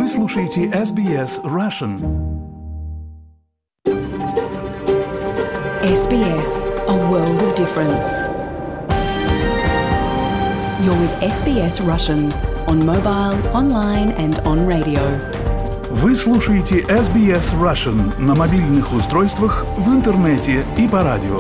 Вы слушаете SBS Russian. SBS, a world of difference. You're with SBS Russian on mobile, online and on radio. Вы слушаете SBS Russian на мобильных устройствах, в интернете и по радио.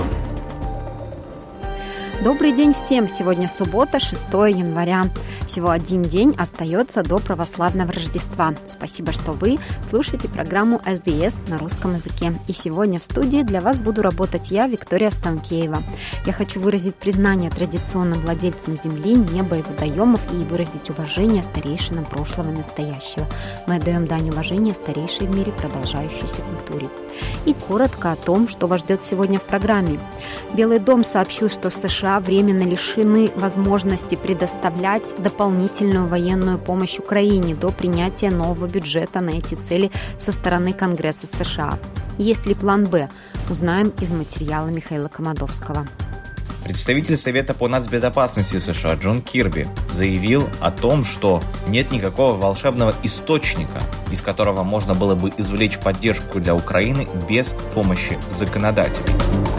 Добрый день всем! Сегодня суббота, 6 января. Всего один день остается до православного Рождества. Спасибо, что вы слушаете программу SBS на русском языке. И сегодня в студии для вас буду работать я, Виктория Станкеева. Я хочу выразить признание традиционным владельцам земли, неба и водоемов и выразить уважение старейшинам прошлого и настоящего. Мы отдаем дань уважения старейшей в мире продолжающейся культуре. И коротко о том, что вас ждет сегодня в программе. Белый дом сообщил, что США временно лишены возможности предоставлять дополнительную военную помощь Украине до принятия нового бюджета на эти цели со стороны Конгресса США. Есть ли план «Б»? Узнаем из материала Михаила Комадовского. Представитель Совета по нацбезопасности США Джон Кирби заявил о том, что нет никакого волшебного источника, из которого можно было бы извлечь поддержку для Украины без помощи законодателей.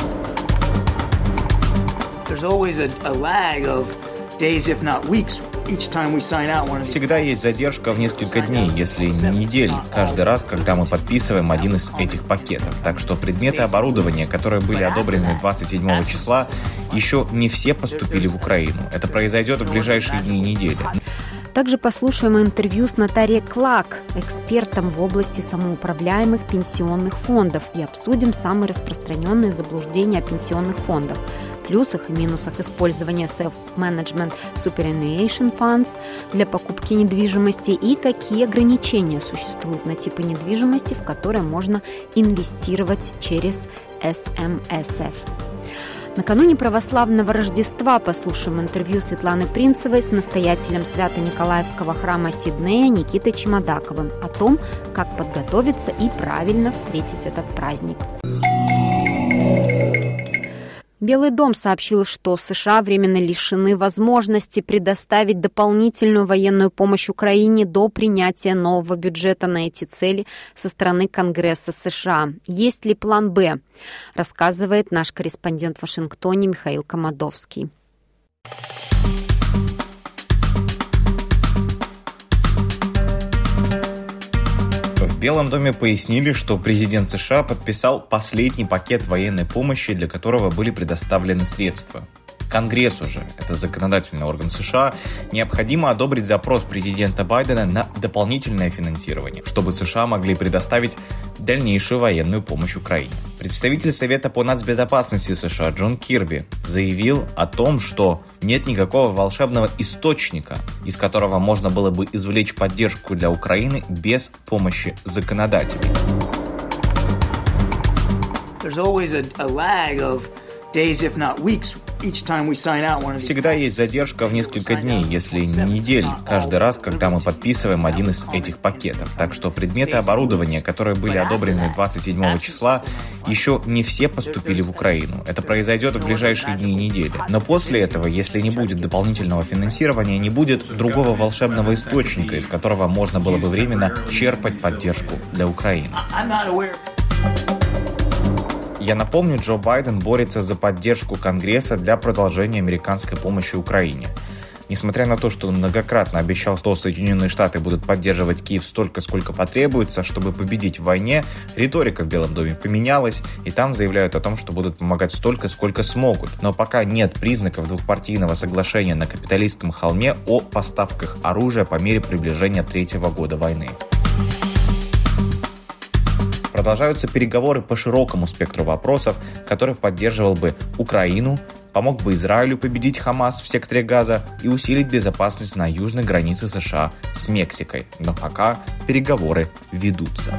Всегда есть задержка в несколько дней, если не недель, каждый раз, когда мы подписываем один из этих пакетов. Так что предметы оборудования, которые были одобрены 27 числа, еще не все поступили в Украину. Это произойдет в ближайшие дни и недели. Также послушаем интервью с Натальей Клак, экспертом в области самоуправляемых пенсионных фондов, и обсудим самые распространенные заблуждения о пенсионных фондах, плюсах и минусах использования Self-Management Superannuation Funds для покупки недвижимости и какие ограничения существуют на типы недвижимости, в которые можно инвестировать через SMSF. Накануне православного Рождества послушаем интервью Светланы Принцевой с настоятелем Свято-Николаевского храма Сиднея Никитой Чемодаковым о том, как подготовиться и правильно встретить этот праздник. Белый дом сообщил, что США временно лишены возможности предоставить дополнительную военную помощь Украине до принятия нового бюджета на эти цели со стороны Конгресса США. Есть ли план «Б», рассказывает наш корреспондент в Вашингтоне Михаил Комадовский. В Белом доме пояснили, что президент США подписал последний пакет военной помощи, для которого были предоставлены средства. Конгрессу же, это законодательный орган США, необходимо одобрить запрос президента Байдена на дополнительное финансирование, чтобы США могли предоставить дальнейшую военную помощь Украине. Представитель Совета по нацбезопасности США Джон Кирби заявил о том, что нет никакого волшебного источника, из которого можно было бы извлечь поддержку для Украины без помощи законодателей. Всегда есть задержка в несколько дней, если не недель, каждый раз, когда мы подписываем один из этих пакетов. Так что предметы оборудования, которые были одобрены 27 числа, еще не все поступили в Украину. Это произойдет в ближайшие дни и недели. Но после этого, если не будет дополнительного финансирования, не будет другого волшебного источника, из которого можно было бы временно черпать поддержку для Украины. Я напомню, Джо Байден борется за поддержку Конгресса для продолжения американской помощи Украине. Несмотря на то, что он многократно обещал, что Соединенные Штаты будут поддерживать Киев столько, сколько потребуется, чтобы победить в войне, риторика в Белом доме поменялась, и там заявляют о том, что будут помогать столько, сколько смогут. Но пока нет признаков двухпартийного соглашения на капиталистском холме о поставках оружия по мере приближения третьего года войны. Продолжаются переговоры по широкому спектру вопросов, который поддерживал бы Украину, помог бы Израилю победить Хамас в секторе Газа и усилить безопасность на южной границе США с Мексикой. Но пока переговоры ведутся.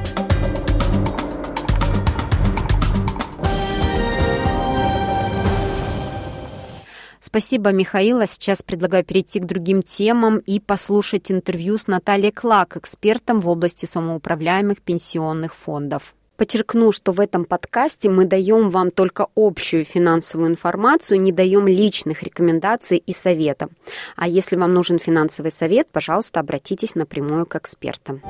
Спасибо, Михаил. А сейчас предлагаю перейти к другим темам и послушать интервью с Натальей Клак, экспертом в области самоуправляемых пенсионных фондов. Подчеркну, что в этом подкасте мы даем вам только общую финансовую информацию, не даем личных рекомендаций и советов. А если вам нужен финансовый совет, пожалуйста, обратитесь напрямую к экспертам.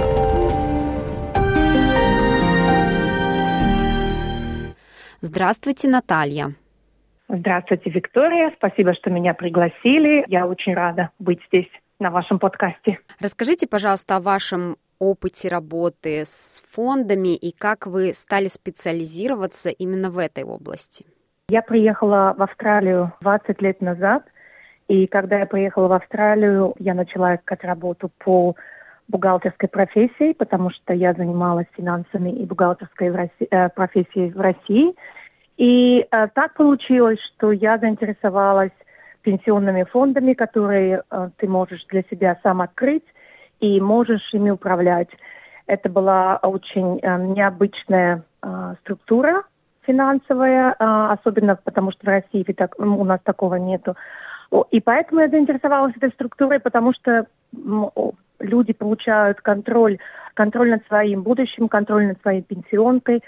Здравствуйте, Наталья. Здравствуйте, Виктория. Спасибо, что меня пригласили. Я очень рада быть здесь, на вашем подкасте. Расскажите, пожалуйста, о вашем опыте работы с фондами и как вы стали специализироваться именно в этой области. Я приехала в Австралию 20 лет назад, и когда я приехала в Австралию, я начала искать работу по бухгалтерской профессии, потому что я занималась финансами и бухгалтерской профессией в России. И так получилось, что я заинтересовалась пенсионными фондами, которые ты можешь для себя сам открыть и можешь ими управлять. Это была очень необычная структура финансовая, особенно потому что в России у нас такого нету. И поэтому я заинтересовалась этой структурой, потому что люди получают контроль над своим будущим, контроль над своей пенсионкой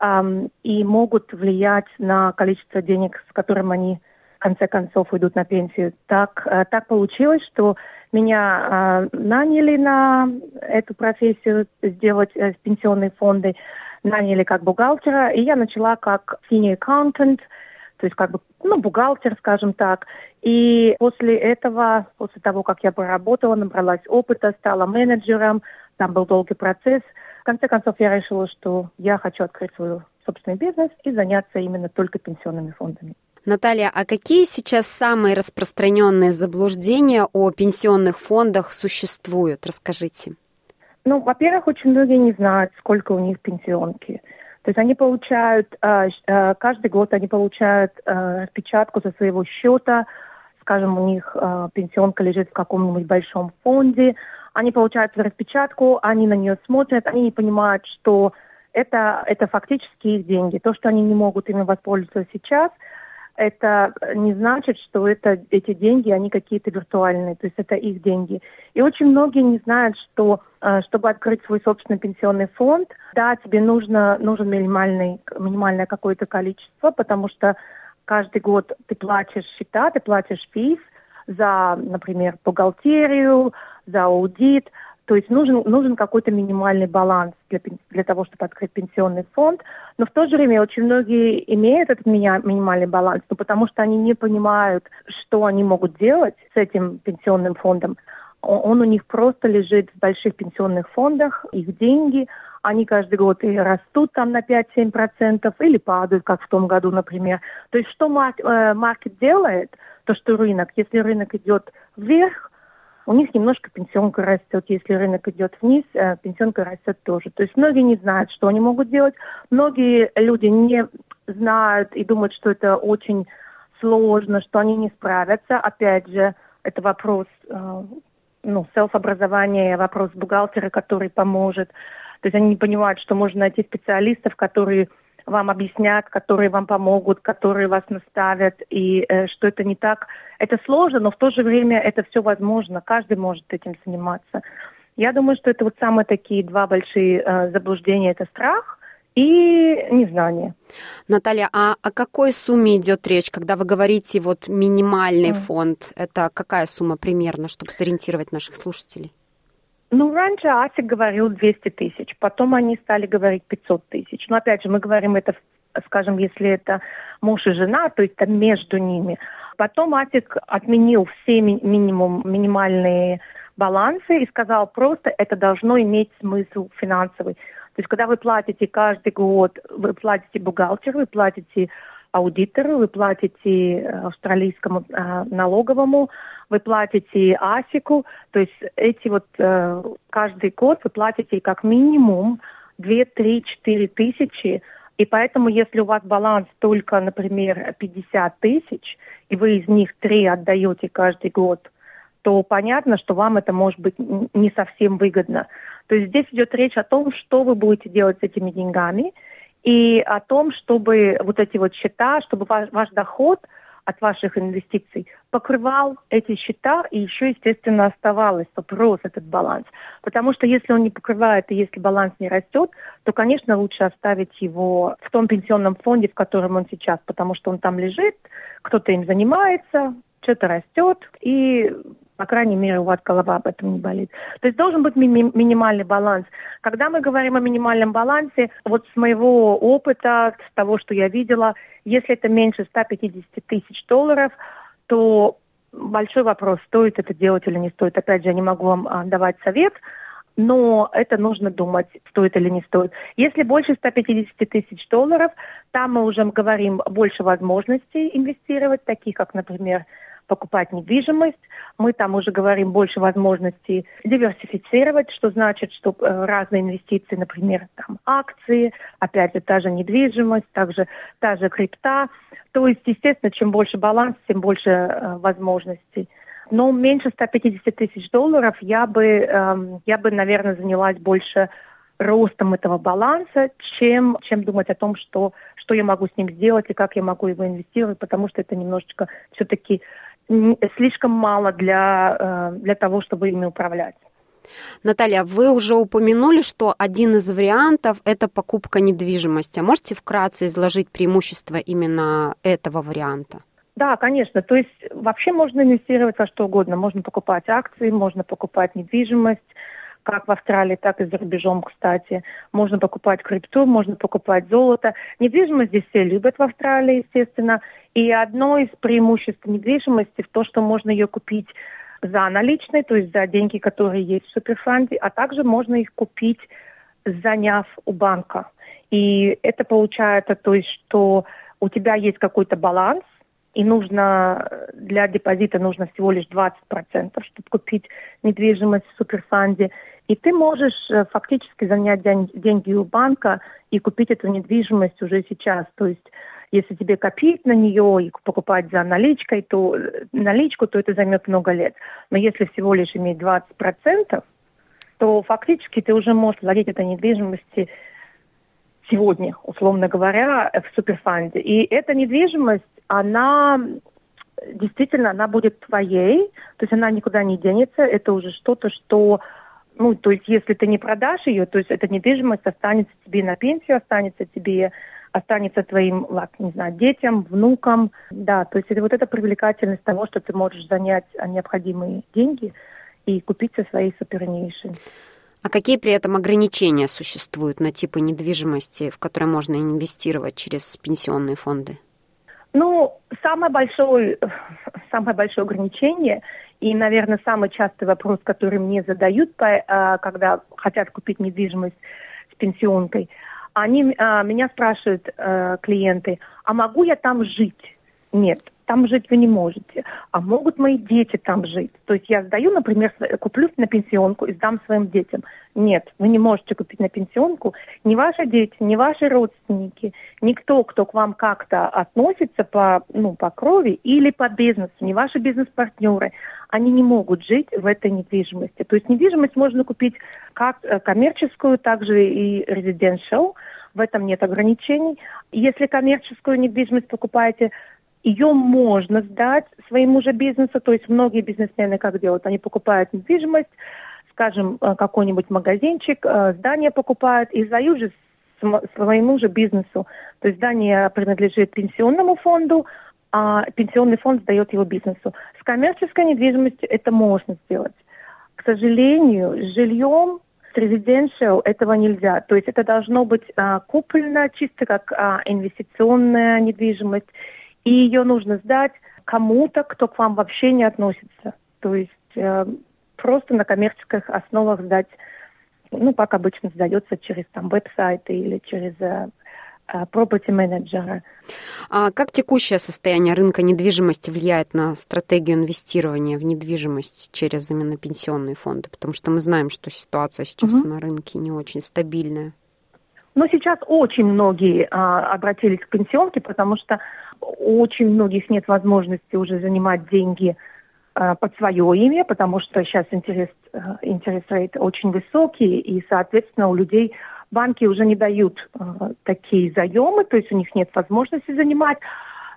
и могут влиять на количество денег, с которым они в конце концов уйдут на пенсию. Так получилось, что меня наняли на эту профессию сделать пенсионные фонды, наняли как бухгалтера, и я начала как senior accountant, то есть бухгалтер, скажем так. И после того, как я поработала, набралась опыта, стала менеджером, там был долгий процесс. В конце концов, я решила, что я хочу открыть свой собственный бизнес и заняться именно только пенсионными фондами. Наталья, а какие сейчас самые распространенные заблуждения о пенсионных фондах существуют? Расскажите. Во-первых, очень многие не знают, сколько у них пенсионки. То есть они получают, каждый год они получают распечатку со своего счета, скажем, у них пенсионка лежит в каком-нибудь большом фонде, они получают распечатку, они на нее смотрят, они не понимают, что это фактически их деньги. То, что они не могут ими воспользоваться сейчас, это не значит, что эти деньги, они какие-то виртуальные, то есть это их деньги. И очень многие не знают, что чтобы открыть свой собственный пенсионный фонд, да, тебе нужно минимальное какое-то количество, потому что каждый год ты платишь счета, ты платишь физ за, например, бухгалтерию, за аудит. То есть нужен какой-то минимальный баланс для того, чтобы открыть пенсионный фонд. Но в то же время очень многие имеют этот минимальный баланс, потому что они не понимают, что они могут делать с этим пенсионным фондом. Он у них просто лежит в больших пенсионных фондах, их деньги, они каждый год и растут там на 5-7% или падают, как в том году, например. То есть что маркет делает, то что рынок, если рынок идет вверх, у них немножко пенсионка растет. Если рынок идет вниз, пенсионка растет тоже. То есть многие не знают, что они могут делать. Многие люди не знают и думают, что это очень сложно, что они не справятся. Опять же, это вопрос селф-образования, вопрос бухгалтера, который поможет. То есть они не понимают, что можно найти специалистов, которые вам объяснят, которые вам помогут, которые вас наставят, и что это не так. Это сложно, но в то же время это все возможно. Каждый может этим заниматься. Я думаю, что это самые такие два большие заблуждения. Это страх и незнание. Наталья, а о какой сумме идет речь, когда вы говорите минимальный фонд? Это какая сумма примерно, чтобы сориентировать наших слушателей? Раньше АСИК говорил 200 тысяч, потом они стали говорить 500 тысяч. Но опять же, мы говорим это, скажем, если это муж и жена, то есть это между ними. Потом АСИК отменил все минимальные балансы и сказал просто, это должно иметь смысл финансовый. То есть когда вы платите каждый год, вы платите бухгалтеру, вы платите аудитору, вы платите австралийскому налоговому, вы платите АСИКу, то есть каждый год вы платите как минимум 2, 3, 4 тысячи, и поэтому если у вас баланс только, например, 50 тысяч, и вы из них 3 отдаете каждый год, то понятно, что вам это может быть не совсем выгодно. То есть здесь идет речь о том, что вы будете делать с этими деньгами, и о том, чтобы эти счета, чтобы ваш доход от ваших инвестиций, покрывал эти счета и еще, естественно, оставалось, чтобы рос этот баланс. Потому что если он не покрывает и если баланс не растет, то, конечно, лучше оставить его в том пенсионном фонде, в котором он сейчас, потому что он там лежит, кто-то им занимается, что-то растет, и, по крайней мере, у вас голова об этом не болит. То есть должен быть минимальный баланс. Когда мы говорим о минимальном балансе, вот с моего опыта, с того, что я видела, если это меньше 150 тысяч долларов, то большой вопрос, стоит это делать или не стоит. Опять же, я не могу вам давать совет, но это нужно думать, стоит или не стоит. Если больше 150 тысяч долларов, там мы уже говорим больше возможностей инвестировать, таких как, например, покупать недвижимость. Мы там уже говорим больше возможностей диверсифицировать, что значит, что разные инвестиции, например, там акции, опять же, та же недвижимость, также та же крипта. То есть, естественно, чем больше баланс, тем больше возможностей. Но меньше 150 тысяч долларов я бы, наверное, занялась больше ростом этого баланса, чем думать о том, что я могу с ним сделать и как я могу его инвестировать, потому что это немножечко все-таки слишком мало для того, чтобы ими управлять. Наталья, вы уже упомянули, что один из вариантов – это покупка недвижимости. А можете вкратце изложить преимущества именно этого варианта? Да, конечно. То есть вообще можно инвестировать во что угодно. Можно покупать акции, можно покупать недвижимость, как в Австралии, так и за рубежом, кстати. Можно покупать крипту, можно покупать золото. Недвижимость здесь все любят в Австралии, естественно. И одно из преимуществ недвижимости в том, что можно ее купить за наличные, то есть за деньги, которые есть в суперфонде, а также можно их купить, заняв у банка. И это получается, то есть, что у тебя есть какой-то баланс, и для депозита нужно всего лишь 20%, чтобы купить недвижимость в суперфонде. И ты можешь фактически занять деньги у банка и купить эту недвижимость уже сейчас. То есть, если тебе копить на нее и покупать за наличку, то это займет много лет. Но если всего лишь иметь 20%, то фактически ты уже можешь владеть этой недвижимостью сегодня, условно говоря, в суперфонде. И эта недвижимость, она будет твоей, то есть она никуда не денется, это уже что-то, что, то есть если ты не продашь ее, то есть эта недвижимость останется тебе на пенсию, останется твоим, детям, внукам, да, то есть это вот эта привлекательность того, что ты можешь занять необходимые деньги и купить со своей супернейшей. А какие при этом ограничения существуют на типы недвижимости, в которые можно инвестировать через пенсионные фонды? Самое большое ограничение и, наверное, самый частый вопрос, который мне задают, когда хотят купить недвижимость с пенсионкой, меня спрашивают клиенты, а могу я там жить? Нет, там жить вы не можете. А могут мои дети там жить? То есть я сдаю, например, куплю на пенсионку и сдам своим детям. Нет, вы не можете купить на пенсионку. Ни ваши дети, ни ваши родственники, никто, кто к вам как-то относится по крови или по бизнесу, ни ваши бизнес-партнеры, они не могут жить в этой недвижимости. То есть недвижимость можно купить как коммерческую, так же и residential. В этом нет ограничений. Если коммерческую недвижимость покупаете, ее можно сдать своему же бизнесу, то есть многие бизнесмены как делают? Они покупают недвижимость, скажем, какой-нибудь магазинчик, здание покупают и сдают же своему же бизнесу. То есть здание принадлежит пенсионному фонду, а пенсионный фонд сдает его бизнесу. С коммерческой недвижимостью это можно сделать. К сожалению, с жильем, с residential этого нельзя. То есть это должно быть куплено чисто как инвестиционная недвижимость, и ее нужно сдать кому-то, кто к вам вообще не относится. То есть просто на коммерческих основах сдать, как обычно сдается через веб-сайты или через property менеджера. А как текущее состояние рынка недвижимости влияет на стратегию инвестирования в недвижимость через именно пенсионные фонды? Потому что мы знаем, что ситуация сейчас на рынке не очень стабильная. Сейчас очень многие обратились к пенсионке, потому что очень многих нет возможности уже занимать деньги под свое имя, потому что сейчас интерес рейт очень высокий, и, соответственно, у людей банки уже не дают такие заемы, то есть у них нет возможности занимать.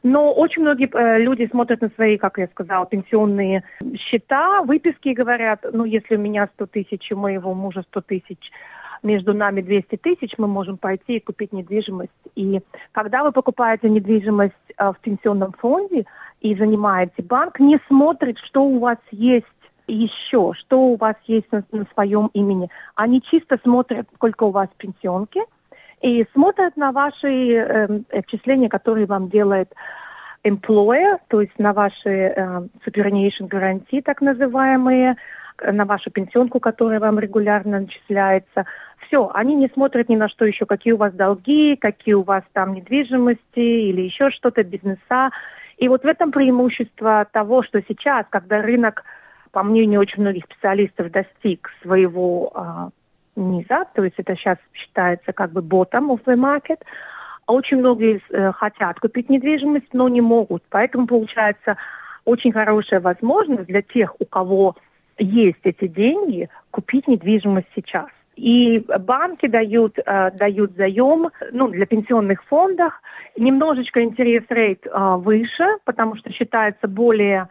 Но очень многие люди смотрят на свои, как я сказала, пенсионные счета, выписки и говорят, ну, если у меня 100 тысяч, у моего мужа 100 тысяч, между нами 200 тысяч, мы можем пойти и купить недвижимость. И когда вы покупаете недвижимость в пенсионном фонде и занимаете, банк не смотрит, что у вас есть еще, что у вас есть на своем имени. Они чисто смотрят, сколько у вас пенсионки, и смотрят на ваши отчисления, которые вам делает employer, то есть на ваши superannuation guarantee, так называемые, на вашу пенсионку, которая вам регулярно начисляется. Все, они не смотрят ни на что еще, какие у вас долги, какие у вас там недвижимости или еще что-то, бизнеса. И вот в этом преимущество того, что сейчас, когда рынок, по мнению очень многих специалистов, достиг своего низа, то есть это сейчас считается как бы bottom of the market, очень многие хотят купить недвижимость, но не могут. Поэтому получается очень хорошая возможность для тех, у кого есть эти деньги, купить недвижимость сейчас. И банки дают заем, для пенсионных фондов. Немножечко интерес-рейт выше, потому что считается более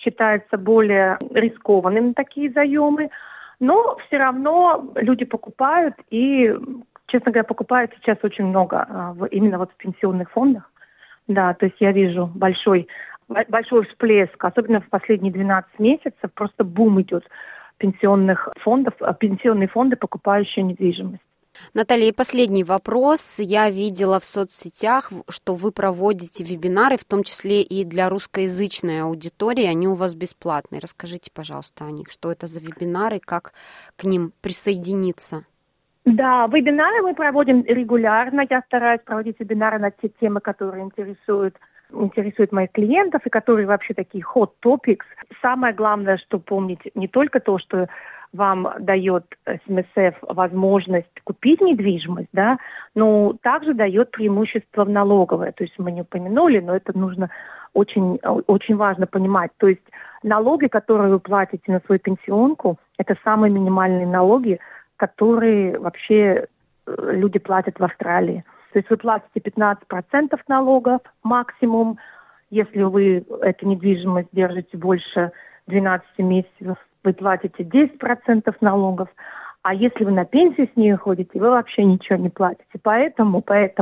рискованными такие заемы. Но все равно люди покупают, и, честно говоря, покупают сейчас очень много именно вот в пенсионных фондах. Да, то есть я вижу большой всплеск, особенно в последние 12 месяцев, просто бум идет пенсионных фондов, пенсионные фонды, покупающие недвижимость. Наталья, и последний вопрос. Я видела в соцсетях, что вы проводите вебинары, в том числе и для русскоязычной аудитории. Они у вас бесплатные. Расскажите, пожалуйста, о них. Что это за вебинары, как к ним присоединиться? Да, вебинары мы проводим регулярно. Я стараюсь проводить вебинары на те темы, которые интересуют моих клиентов и которые вообще такие hot topics. Самое главное, что помнить не только то, что вам дает СМСФ возможность купить недвижимость, да, но также дает преимущество в налоговое. То есть мы не упомянули, но это нужно очень, очень важно понимать. То есть налоги, которые вы платите на свою пенсионку, это самые минимальные налоги, которые вообще люди платят в Австралии. То есть вы платите 15% налогов максимум. Если вы эту недвижимость держите больше 12 месяцев, вы платите 10% налогов. А если вы на пенсию с ней уходите, вы вообще ничего не платите. Поэтому,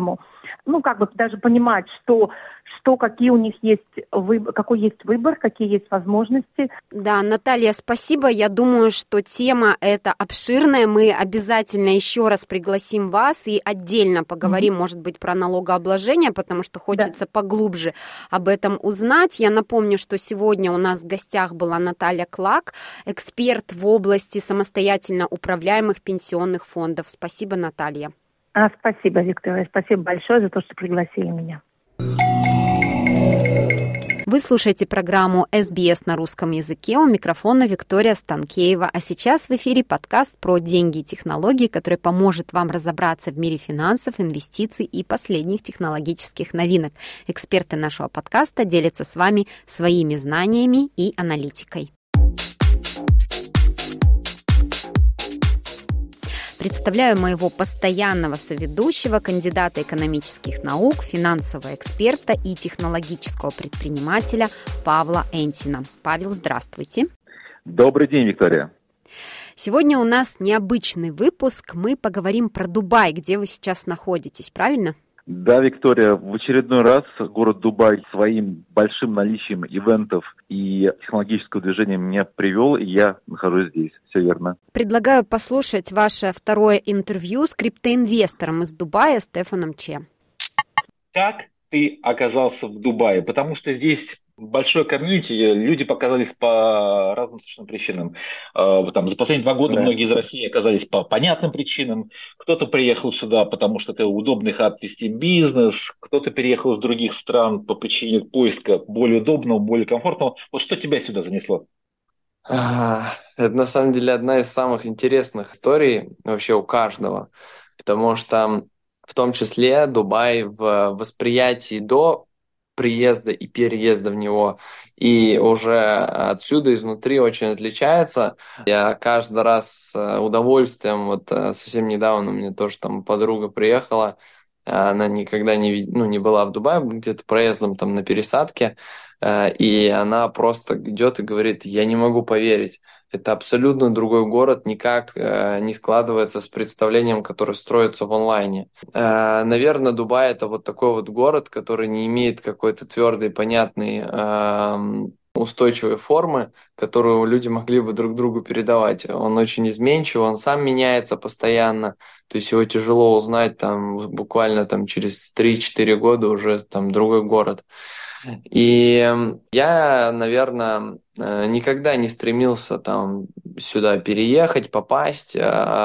даже понимать, какие у них есть какой есть выбор, какие есть возможности. Да, Наталья, спасибо. Я думаю, что тема эта обширная. Мы обязательно еще раз пригласим вас и отдельно поговорим, может быть, про налогообложение, потому что хочется поглубже об этом узнать. Я напомню, что сегодня у нас в гостях была Наталья Клак, эксперт в области самостоятельно управляемых пенсионных фондов. Спасибо, Наталья. Спасибо, Виктория. Спасибо большое за то, что пригласили меня. Вы слушаете программу SBS на русском языке. У микрофона Виктория Станкеева. А сейчас в эфире подкаст про деньги и технологии, который поможет вам разобраться в мире финансов, инвестиций и последних технологических новинок. Эксперты нашего подкаста делятся с вами своими знаниями и аналитикой. Представляю моего постоянного соведущего, кандидата экономических наук, финансового эксперта и технологического предпринимателя Павла Энтина. Павел, здравствуйте. Добрый день, Виктория. Сегодня у нас необычный выпуск. Мы поговорим про Дубай, где вы сейчас находитесь, правильно? Да, Виктория, в очередной раз город Дубай своим большим наличием ивентов и технологического движения меня привел, и я нахожусь здесь. Все верно. Предлагаю послушать ваше второе интервью с криптоинвестором из Дубая Стефаном Че. Как ты оказался в Дубае? Потому что здесь большое комьюнити, люди показались по разным совершенно причинам. За последние 2 года многие из России оказались по понятным причинам. Кто-то приехал сюда, потому что это удобный хаб вести бизнес. Кто-то переехал из других стран по причине поиска более удобного, более комфортного. Вот что тебя сюда занесло? Это на самом деле одна из самых интересных историй вообще у каждого. Потому что в том числе Дубай в восприятии до приезда и переезда в него, и уже отсюда, изнутри, очень отличается. Я каждый раз с удовольствием, совсем недавно у меня тоже там подруга приехала, она никогда не была в Дубае, где-то проездом там на пересадке, и она просто идет и говорит: я не могу поверить, это абсолютно другой город, никак не складывается с представлением, которое строится в онлайне. Наверное, Дубай — это вот такой вот город, который не имеет какой-то твердой, понятной, устойчивой формы, которую люди могли бы друг другу передавать. Он очень изменчив, он сам меняется постоянно, то есть его тяжело узнать там буквально там через 3-4 года уже там другой город. И я, наверное, никогда не стремился там сюда переехать, попасть.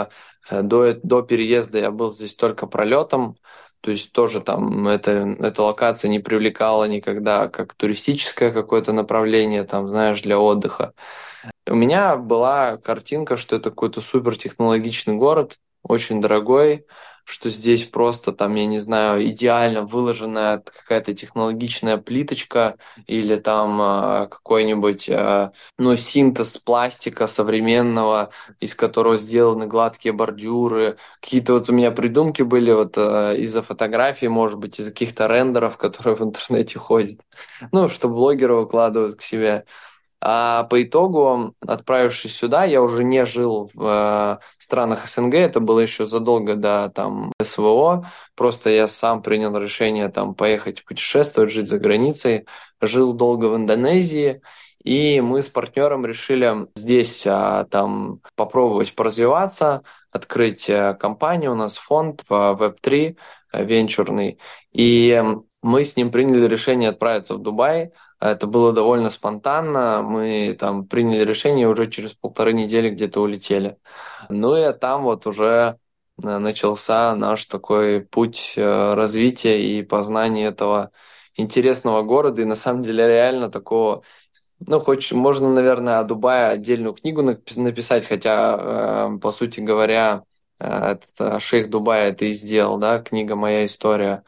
До переезда я был здесь только пролетом, то есть тоже там эта локация не привлекала никогда как туристическое какое-то направление, там, знаешь, для отдыха. У меня была картинка, что это какой-то супертехнологичный город, очень дорогой, что здесь просто там, я не знаю, идеально выложенная какая-то технологичная плиточка или там какой-нибудь синтез пластика современного, из которого сделаны гладкие бордюры. Какие-то вот у меня придумки были вот из-за фотографий, может быть, из-за каких-то рендеров, которые в интернете ходят. Ну, что блогеры выкладывают к себе. А по итогу, отправившись сюда, я уже не жил в странах СНГ, это было еще задолго до там СВО, просто я сам принял решение там поехать путешествовать, жить за границей, жил долго в Индонезии, и мы с партнером решили здесь там попробовать поразвиваться, открыть компанию, у нас фонд в Web3 венчурный, и мы с ним приняли решение отправиться в Дубай. Это было довольно спонтанно. Мы там приняли решение и уже через 1,5 недели где-то улетели. Ну и там вот уже начался наш такой путь развития и познания этого интересного города. И на самом деле реально такого... можно, наверное, о Дубае отдельную книгу написать, хотя, по сути говоря, этот шейх Дубая это и сделал, да, книга «Моя история».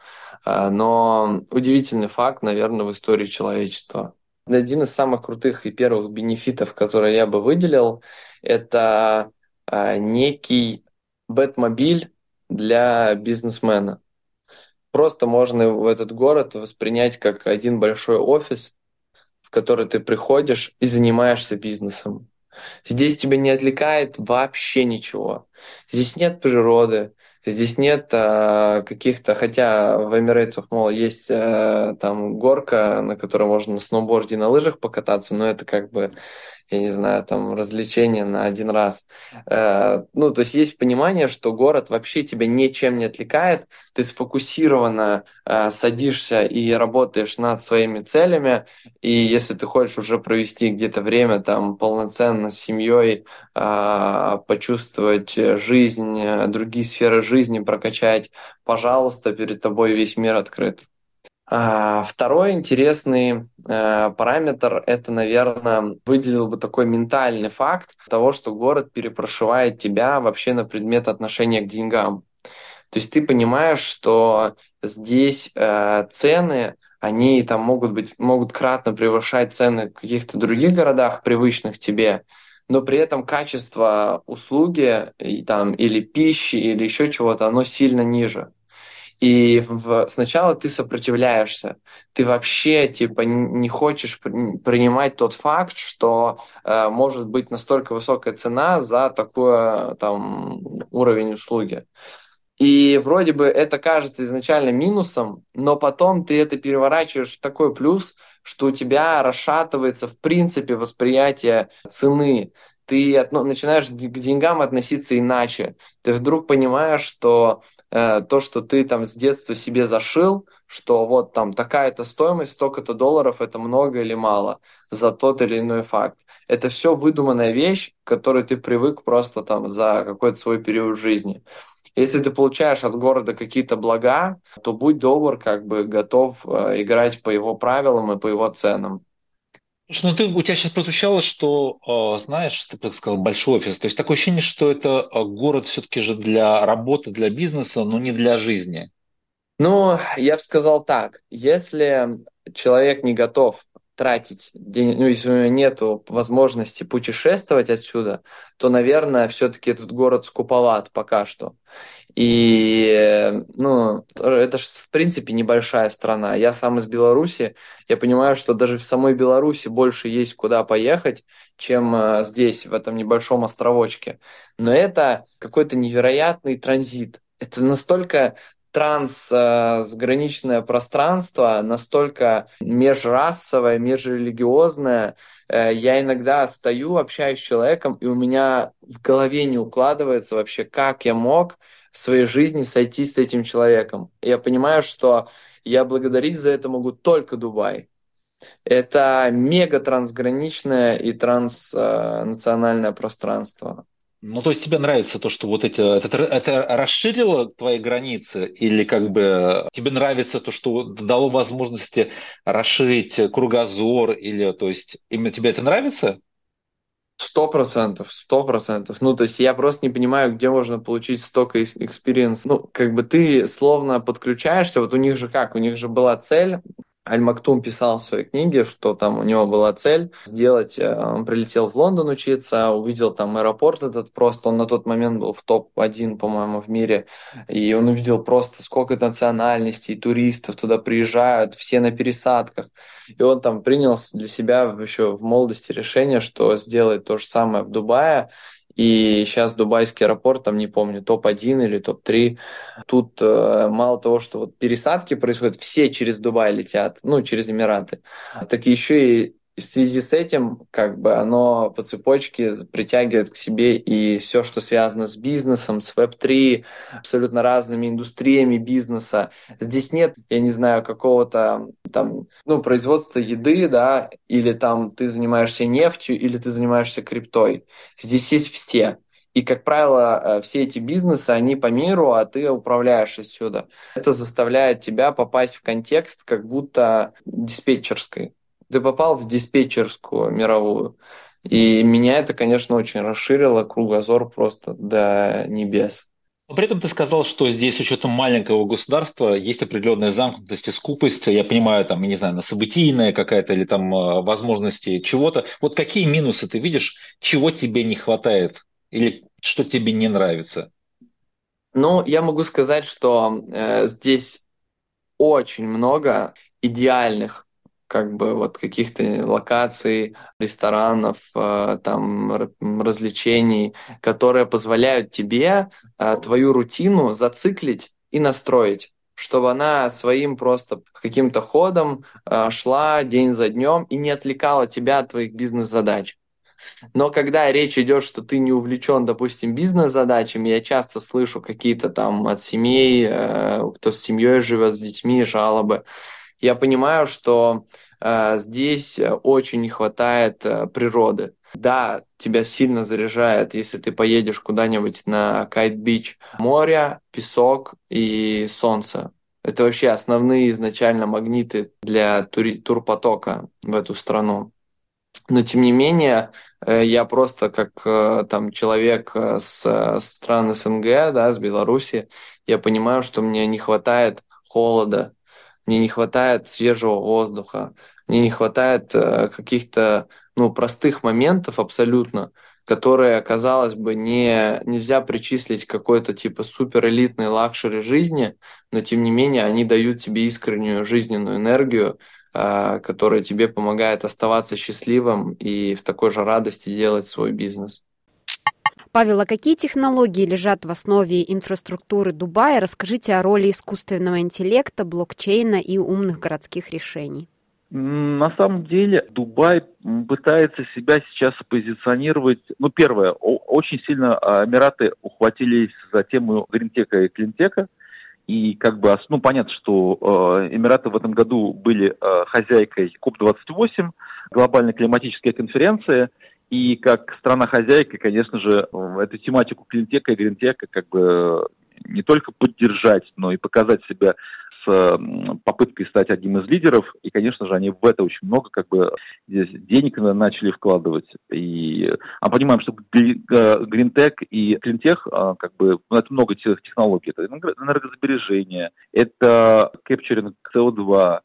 Но удивительный факт, наверное, в истории человечества. Один из самых крутых и первых бенефитов, которые я бы выделил, это некий бэтмобиль для бизнесмена. Просто можно в этот город воспринять как один большой офис, в который ты приходишь и занимаешься бизнесом. Здесь тебя не отвлекает вообще ничего. Здесь нет природы, здесь нет каких-то... Хотя в Emirates of Mall есть там горка, на которой можно на сноуборде и на лыжах покататься, но это как бы, я не знаю, там развлечение на один раз. То есть есть понимание, что город вообще тебя ничем не отвлекает, ты сфокусированно садишься и работаешь над своими целями, и если ты хочешь уже провести где-то время там полноценно с семьей, почувствовать жизнь, другие сферы жизни прокачать, пожалуйста, перед тобой весь мир открыт. Второй интересный параметр – это, наверное, выделил бы такой ментальный факт того, что город перепрошивает тебя вообще на предмет отношения к деньгам. То есть ты понимаешь, что здесь цены, они там могут кратно превышать цены в каких-то других городах, привычных тебе, но при этом качество услуги или пищи, или еще чего-то, оно сильно ниже. И сначала ты сопротивляешься, ты вообще типа не хочешь принимать тот факт, что может быть настолько высокая цена за такой там уровень услуги. И вроде бы это кажется изначально минусом, но потом ты это переворачиваешь в такой плюс, что у тебя расшатывается в принципе восприятие цены. Ты начинаешь к деньгам относиться иначе. Ты вдруг понимаешь, что то, что ты там с детства себе зашил, что вот там такая-то стоимость, столько-то долларов, это много или мало за тот или иной факт. Это все выдуманная вещь, к которой ты привык просто там за какой-то свой период жизни. Если ты получаешь от города какие-то блага, то будь добр, как бы готов играть по его правилам и по его ценам. Слушай, у тебя сейчас прозвучало, что, знаешь, ты так сказал, большой офис. То есть такое ощущение, что это город все-таки же для работы, для бизнеса, но не для жизни. Я бы сказал так, если человек не готов тратить денег, ну, если у меня нету возможности путешествовать отсюда, то, наверное, все-таки этот город скуповат пока что. И, ну, это же, в принципе, небольшая страна. Я сам из Беларуси, я понимаю, что даже в самой Беларуси больше есть куда поехать, чем здесь, в этом небольшом островочке. Но это какой-то невероятный транзит. Это настолько трансграничное пространство, настолько межрасовое, межрелигиозное. Я иногда стою, общаюсь с человеком, и у меня в голове не укладывается вообще, как я мог в своей жизни сойтись с этим человеком. Я понимаю, что я благодарить за это могу только Дубай. Это мега трансграничное и транснациональное пространство. Ну, то есть тебе нравится то, что вот это расширило твои границы, или как бы тебе нравится то, что дало возможности расширить кругозор, или то есть именно тебе это нравится? 100%. Ну, то есть я просто не понимаю, где можно получить столько экспириенс. Ну, как бы ты словно подключаешься, вот у них же как, у них же была цель. Аль-Мактум писал в своей книге, что там у него была цель сделать, он прилетел в Лондон учиться, увидел там аэропорт этот просто, он на тот момент был в топ-1, по-моему, в мире, и он увидел просто сколько национальностей, туристов туда приезжают, все на пересадках, и он там принял для себя еще в молодости решение, что сделает то же самое в Дубае, и сейчас дубайский аэропорт, там не помню, топ-1 или топ-3. Тут мало того, что вот пересадки происходят, все через Дубай летят, ну, через Эмираты, так еще и в связи с этим, как бы, оно по цепочке притягивает к себе и все, что связано с бизнесом, с Web3, абсолютно разными индустриями бизнеса. Здесь нет, я не знаю, какого-то там, ну, производства еды, да, или там ты занимаешься нефтью, или ты занимаешься криптой. Здесь есть все. И, как правило, все эти бизнесы, они по миру, а ты управляешь отсюда. Это заставляет тебя попасть в контекст как будто диспетчерской. Ты попал в диспетчерскую мировую. И меня это, конечно, очень расширило кругозор просто до небес. Но при этом ты сказал, что здесь, с учетом маленького государства, есть определенная замкнутость и скупость. Я понимаю, там, я не знаю, на событийная какая-то или там возможности чего-то. Вот какие минусы ты видишь, чего тебе не хватает или что тебе не нравится? Ну, я могу сказать, что здесь очень много идеальных как бы вот каких-то локаций, ресторанов, там развлечений, которые позволяют тебе твою рутину зациклить и настроить, чтобы она своим просто каким-то ходом шла день за днем и не отвлекала тебя от твоих бизнес-задач. Но когда речь идет, что ты не увлечен, допустим, бизнес-задачами, я часто слышу какие-то там от семей, кто с семьей живет, с детьми, жалобы. Я понимаю, что здесь очень не хватает природы. Да, тебя сильно заряжает, если ты поедешь куда-нибудь на Кайт-Бич. Море, песок и солнце. Это вообще основные изначально магниты для турпотока в эту страну. Но тем не менее, я просто как там человек с стран СНГ, да, с Беларуси, я понимаю, что мне не хватает холода, мне не хватает свежего воздуха, мне не хватает каких-то, ну, простых моментов абсолютно, которые, казалось бы, нельзя причислить к какой-то типа суперэлитной лакшери жизни, но тем не менее они дают тебе искреннюю жизненную энергию, которая тебе помогает оставаться счастливым и в такой же радости делать свой бизнес. Павел, а какие технологии лежат в основе инфраструктуры Дубая? Расскажите о роли искусственного интеллекта, блокчейна и умных городских решений. На самом деле Дубай пытается себя сейчас позиционировать. Ну, первое, очень сильно Эмираты ухватились за тему гринтека и клинтека. И как бы, ну, понятно, что Эмираты в этом году были хозяйкой КОП-28, глобальной климатической конференции. И как страна-хозяйка, конечно же, эту тематику клинтека и гринтека как бы не только поддержать, но и показать себя с попыткой стать одним из лидеров. И, конечно же, они в это очень много как бы здесь денег начали вкладывать. И мы понимаем, что гринтек и клинтех, как бы, ну, это много технологий. Это энергосбережение, это кэпчеринг СО2,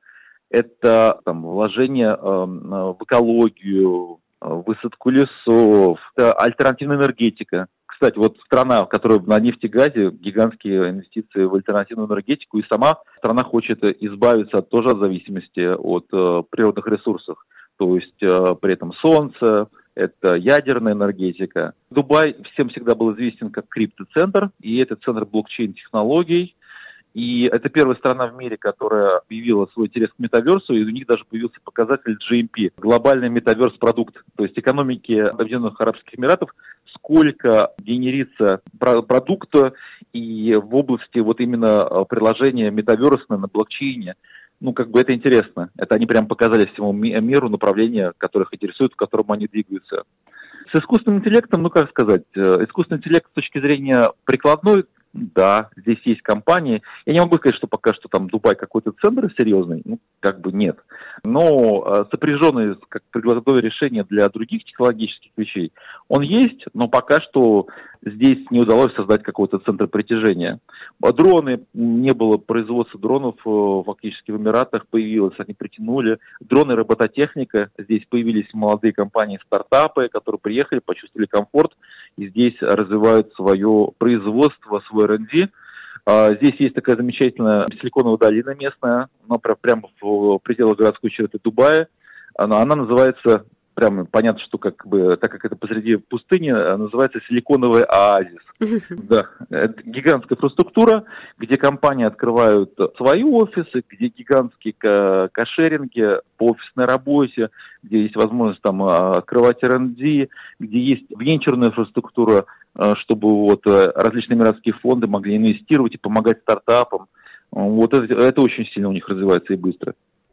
это вложение в экологию, высадку лесов, это альтернативная энергетика. Кстати, страна, которая на нефтегазе, гигантские инвестиции в альтернативную энергетику, и сама страна хочет избавиться тоже от зависимости от природных ресурсов. То есть при этом солнце, это ядерная энергетика. Дубай всем всегда был известен как криптоцентр, и это центр блокчейн-технологий. И это первая страна в мире, которая объявила свой интерес к метаверсу, и у них даже появился показатель GMP, глобальный метаверс-продукт, то есть экономики Объединенных Арабских Эмиратов, сколько генерится продукта и в области именно приложения метаверса на блокчейне. Это интересно. Это они прям показали всему миру направление, которых интересует, в котором они двигаются. С искусственным интеллектом, искусственный интеллект с точки зрения прикладной, да, здесь есть компании. Я не могу сказать, что пока что Дубай какой-то центр серьезный, нет. Но сопряженные как прикладное решение для других технологических вещей, он есть, но пока что здесь не удалось создать какого-то центра притяжения. Дроны, не было производства дронов фактически в Эмиратах, появилось, они притянули. Дроны, робототехника, здесь появились молодые компании, стартапы, которые приехали, почувствовали комфорт и здесь развивают свое производство, свой R&D. Здесь есть такая замечательная силиконовая долина местная, она прямо в пределах городской черты Дубая. Она называется, прямо понятно, что так как это посреди пустыни, называется силиконовый оазис. Да, это гигантская инфраструктура, где компании открывают свои офисы, где гигантские кошеринги по офисной работе, где есть возможность открывать R&D, где есть венчурная инфраструктура, чтобы различные эмиратские фонды могли инвестировать и помогать стартапам. Это очень сильно у них развивается и быстро.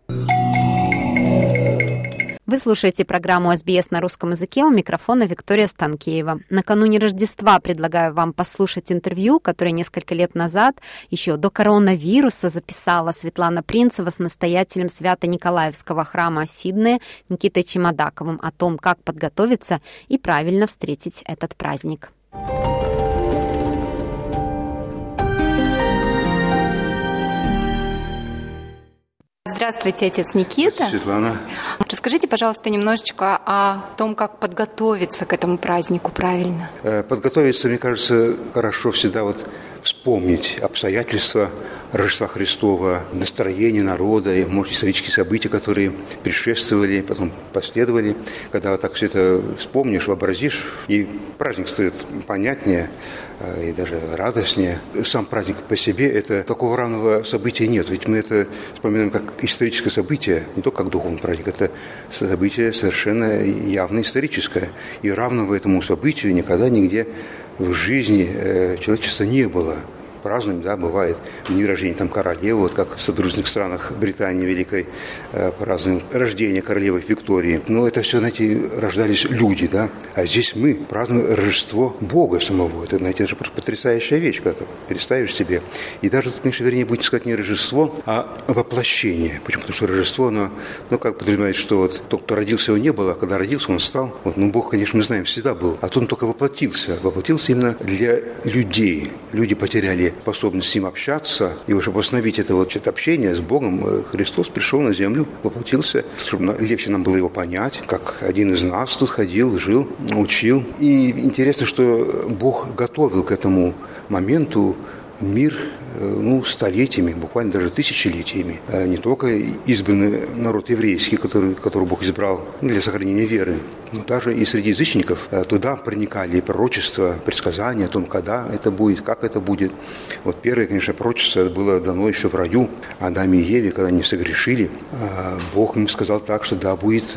Вы слушаете программу SBS на русском языке, у микрофона Виктория Станкеева. Накануне Рождества предлагаю вам послушать интервью, которое несколько лет назад, еще до коронавируса, записала Светлана Принцева с настоятелем Свято-Николаевского храма Сиднея Никитой Чемодаковым о том, как подготовиться и правильно встретить этот праздник. Здравствуйте, отец Никита. Светлана. Расскажите, пожалуйста, немножечко о том, как подготовиться к этому празднику правильно. Подготовиться, мне кажется, хорошо всегда вспомнить обстоятельства Рождества Христова, настроение народа, и, может, исторические события, которые предшествовали, потом последовали. Когда так все это вспомнишь, вообразишь, и праздник станет понятнее и даже радостнее. Сам праздник по себе, это такого равного события нет. Ведь мы это вспоминаем как историческое событие, не только как духовный праздник. Это событие совершенно явно историческое. И равного этому событию никогда нигде в жизни человечества не было. Празднуем, да, бывает дни рождения королевы, как в содружных странах Британии Великой празднуем рождение королевы Виктории. Но это все, рождались люди, да. А здесь мы празднуем Рождество Бога самого. Это, это же потрясающая вещь, когда ты представишь себе. И даже тут, конечно, вернее, будет сказать не Рождество, а воплощение. Почему? Потому что Рождество, оно как подразумевает, что тот, кто родился, его не было, а когда родился, он стал. Бог, конечно, мы знаем, всегда был. А тут он только воплотился. Воплотился именно для людей. Люди потеряли способность с ним общаться, и чтобы восстановить это общение с Богом, Христос пришел на землю, воплотился, чтобы легче нам было его понять, как один из нас тут ходил, жил, учил. И интересно, что Бог готовил к этому моменту мир столетиями, буквально даже тысячелетиями. Не только избранный народ еврейский, который Бог избрал для сохранения веры, но даже и среди язычников туда проникали пророчества, предсказания о том, когда это будет, как это будет. Первое, конечно, пророчество было дано еще в раю Адаме и Еве, когда они согрешили. Бог им сказал так, что да, будет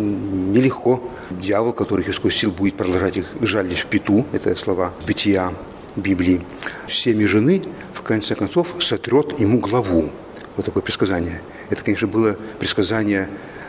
нелегко. Дьявол, который их искусил, будет продолжать их жалить в пяту. Это слова Бытия Библии. Семя жены, в конце концов, сотрет ему главу. Такое предсказание. Это, конечно, было предсказание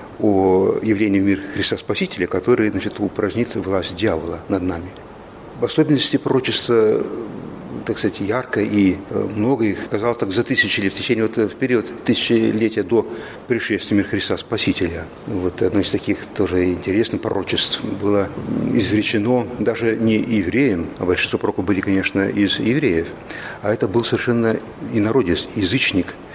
о явлении в мир Христа Спасителя, который, упразднит власть дьявола над нами. В особенности пророчество, так сказать, ярко и много их сказал так за тысячелетия, в течение в период тысячелетия до пришествия в мир Христа Спасителя. Одно из таких тоже интересных пророчеств было изречено даже не евреям, а большинство пророков были, конечно, из евреев, а это был совершенно инородец, язычник,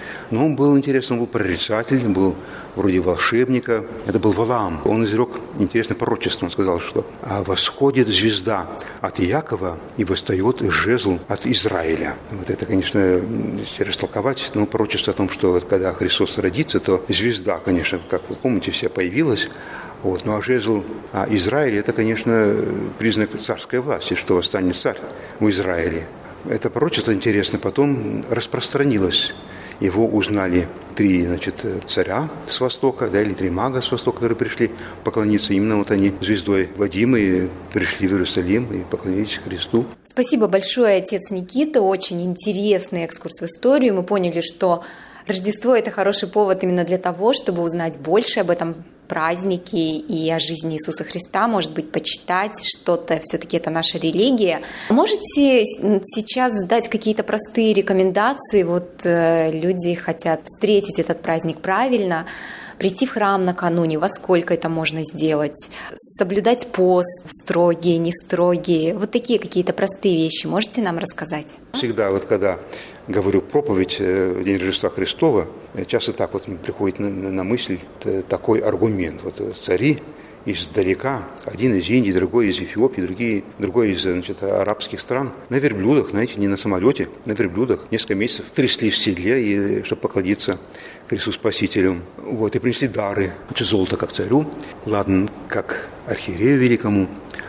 Но он был, интересно, он был прорицатель, был вроде волшебника. Это был Валаам. Он изрек интересное пророчество. Он сказал, что восходит звезда от Иакова и восстает жезл от Израиля. Вот это, конечно, если растолковать, но пророчество о том, что вот когда Христос родится, то звезда, конечно, как вы помните, вся появилась. Вот. Ну а жезл Израиля – это, конечно, признак царской власти, что восстанет царь в Израиле. Это пророчество, интересно, потом распространилось. Его узнали 3, царя с востока, или 3 мага с востока, которые пришли поклониться. Именно вот они звездой водимые пришли в Иерусалим и поклонились Христу. Спасибо большое, отец Никита. Очень интересный экскурс в историю. Мы поняли, что Рождество – это хороший повод именно для того, чтобы узнать больше об этом празднике и о жизни Иисуса Христа, может быть, почитать что-то, все-таки это наша религия. Можете сейчас дать какие-то простые рекомендации? Вот люди хотят встретить этот праздник правильно, прийти в храм накануне, во сколько это можно сделать, соблюдать пост, строгие, не строгие, вот такие какие-то простые вещи можете нам рассказать? Всегда, когда говорю проповедь в День Рождества Христова, часто так приходит на мысль такой аргумент. Цари издалека, один из Индии, другой из Эфиопии, другой из арабских стран, на верблюдах, не на самолете, на верблюдах несколько месяцев трясли в седле, чтобы поклониться Христу Спасителю. И принесли дары. Золото как царю, ладан как архиерею великому,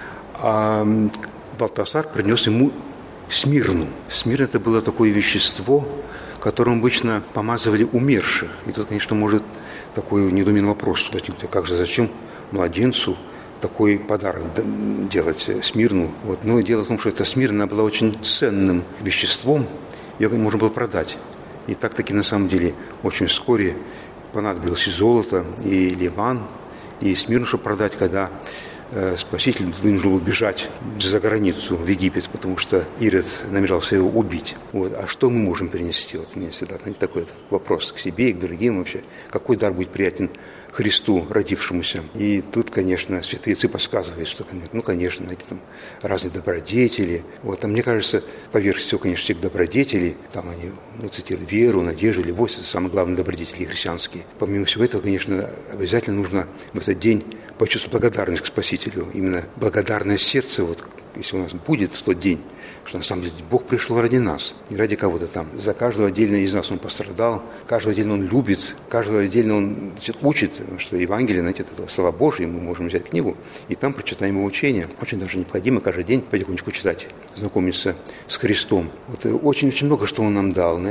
а Балтасар принес ему смирну. Смирна – это было такое вещество, которым обычно помазывали умерших. И тут, конечно, может такой недоуменный вопрос возникнуть. Как же, зачем младенцу такой подарок делать, смирну? Но дело в том, что эта смирна была очень ценным веществом, ее можно было продать. И так-таки на самом деле очень вскоре понадобилось и золото, и ливан, и смирну, чтобы продать, когда Спаситель вынужден был бежать за границу в Египет, потому что Ирод намерялся его убить. А что мы можем принести? У меня всегда такой вопрос к себе и к другим вообще. Какой дар будет приятен Христу, родившемуся? И тут, конечно, святые отцы подсказывают, что, конечно, там разные добродетели. Мне кажется, поверх всего, конечно, всех добродетелей, там они цитируют веру, надежду, любовь, это самые главные добродетели христианские. Помимо всего этого, конечно, обязательно нужно в этот день почувствовать благодарность к Спасителю. Именно благодарное сердце, если у нас будет в тот день, что на самом деле Бог пришел ради нас, не ради кого-то там. За каждого отдельно из нас Он пострадал, каждого отдельно Он любит, каждого отдельно Он учит, потому что Евангелие, это слова Божьи, мы можем взять книгу, и там прочитаем Его учения. Очень даже необходимо каждый день потихонечку читать, знакомиться с Христом. Очень-очень много, что Он нам дал,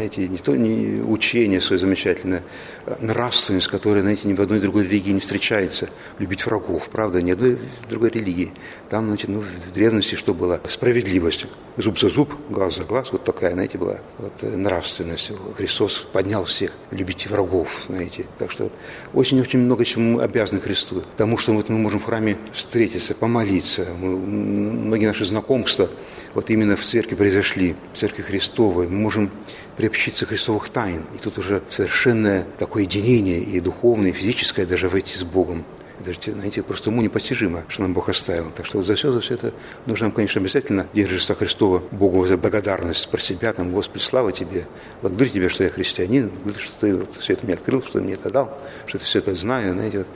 не учение свое замечательное, нравственность, которая, ни в одной другой религии не встречается, любить врагов, правда, ни одной другой религии. Там, в древности что было? Справедливость. Зуб за зуб, глаз за глаз, такая, была нравственность. Христос поднял всех, любите врагов, Так что очень-очень много чему мы обязаны Христу. Потому что мы можем в храме встретиться, помолиться. Многие наши знакомства именно в церкви произошли, в церкви Христовой. Мы можем приобщиться Христовых тайн. И тут уже совершенное такое единение и духовное, и физическое даже войти с Богом. Это, просто уму непостижимо, что нам Бог оставил. Так что за все это нужно нам, конечно, обязательно День Рождества Христова Богу за благодарность про себя, Господи, слава Тебе, благодарю Тебя, что я христианин, что Ты все это мне открыл, что Ты мне это дал, что я все это знаю.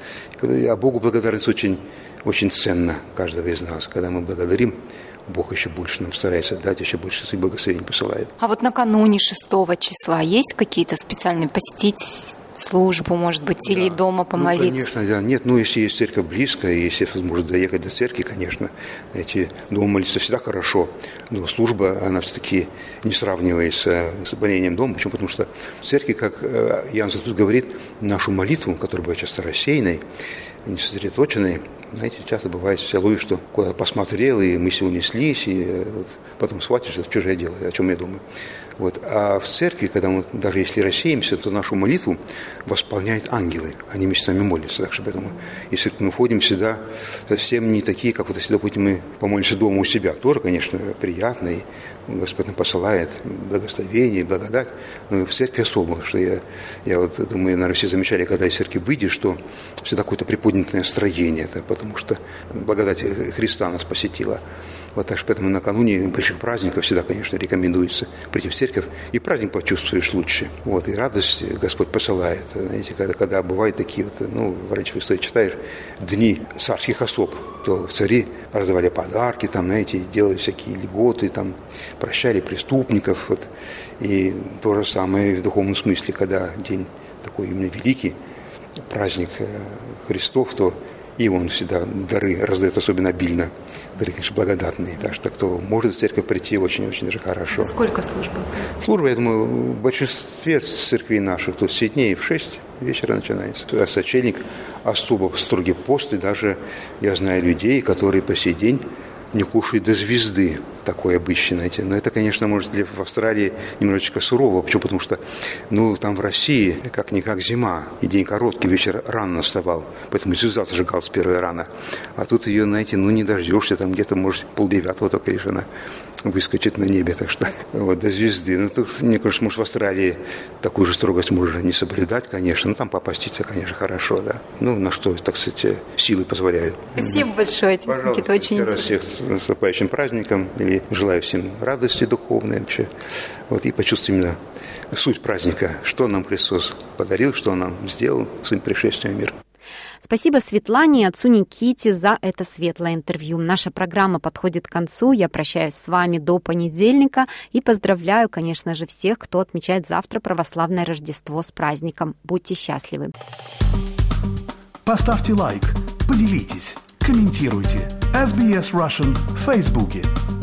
А Богу благодарность очень, очень ценна каждого из нас. Когда мы благодарим, Бог еще больше нам старается дать, еще больше своих благословений посылает. А накануне 6 числа есть какие-то специальные посетить службу, может быть, или дома помолиться? Конечно, да. Нет, если есть церковь близко, и если возможно доехать до церкви, конечно, дома молиться всегда хорошо, но служба, она все-таки не сравнивается с болением дома. Почему? Потому что в церкви, как Иоанн Златоуст говорит, нашу молитву, которая бывает часто рассеянной, не сосредоточенной, часто бывает, вся ловишь, что куда-то посмотрел, и мысли унеслись, и потом схватишься, что же я делаю, о чем я думаю. А в церкви, когда мы, даже если рассеемся, то нашу молитву восполняют ангелы, они вместе с нами молятся. Так что поэтому, если мы входим всегда, совсем не такие, как если, допустим, мы помолимся дома у себя. Тоже, конечно, приятно, и Господь нам посылает благословение, благодать, но в церкви особо, что я думаю, наверное, все замечали, когда из церкви выйдешь, что всегда какое-то приподнятое настроение, потому что благодать Христа нас посетила. Вот так что поэтому накануне больших праздников всегда, конечно, рекомендуется прийти в церковь, и праздник почувствуешь лучше. Вот, и радость Господь посылает. Знаете, когда бывают такие вот, раньше в истории читаешь, дни царских особ, то цари раздавали подарки, там, знаете, делали всякие льготы, там, прощали преступников. Вот. И то же самое в духовном смысле, когда день такой именно великий, праздник Христов, то и он всегда дары раздает особенно обильно. Дары, конечно, благодатные. Так что кто может в церковь прийти, очень-очень даже хорошо. Сколько служб? Служба, я думаю, в большинстве церквей наших, то все дней в 6 вечера начинается. А сочельник особо строгий пост, и даже я знаю людей, которые по сей день не кушают до звезды, такое обычно, знаете. Но это, конечно, может в Австралии немножечко сурово. Почему? Потому что, там в России как-никак зима, и день короткий, вечер рано вставал, поэтому звезда зажигалась первая рано. А тут ее, знаете, не дождешься, там где-то, может, 8:30 только решено выскочит на небе, так что вот до звезды. Тут, мне кажется, может, в Австралии такую же строгость можно не соблюдать, конечно, там попаститься, конечно, хорошо, да. На что, так сказать, силы позволяют. Спасибо большое, Отец Никита, очень интересно. Всех с наступающим праздником, и желаю всем радости духовной вообще, вот, и почувствуем именно суть праздника, что нам Христос подарил, что Он нам сделал своим пришествием в мир. Спасибо Светлане и отцу Никите за это светлое интервью. Наша программа подходит к концу. Я прощаюсь с вами до понедельника и поздравляю, конечно же, всех, кто отмечает завтра православное Рождество с праздником. Будьте счастливы. Поставьте лайк, поделитесь, комментируйте. SBS Russian в Фейсбуке.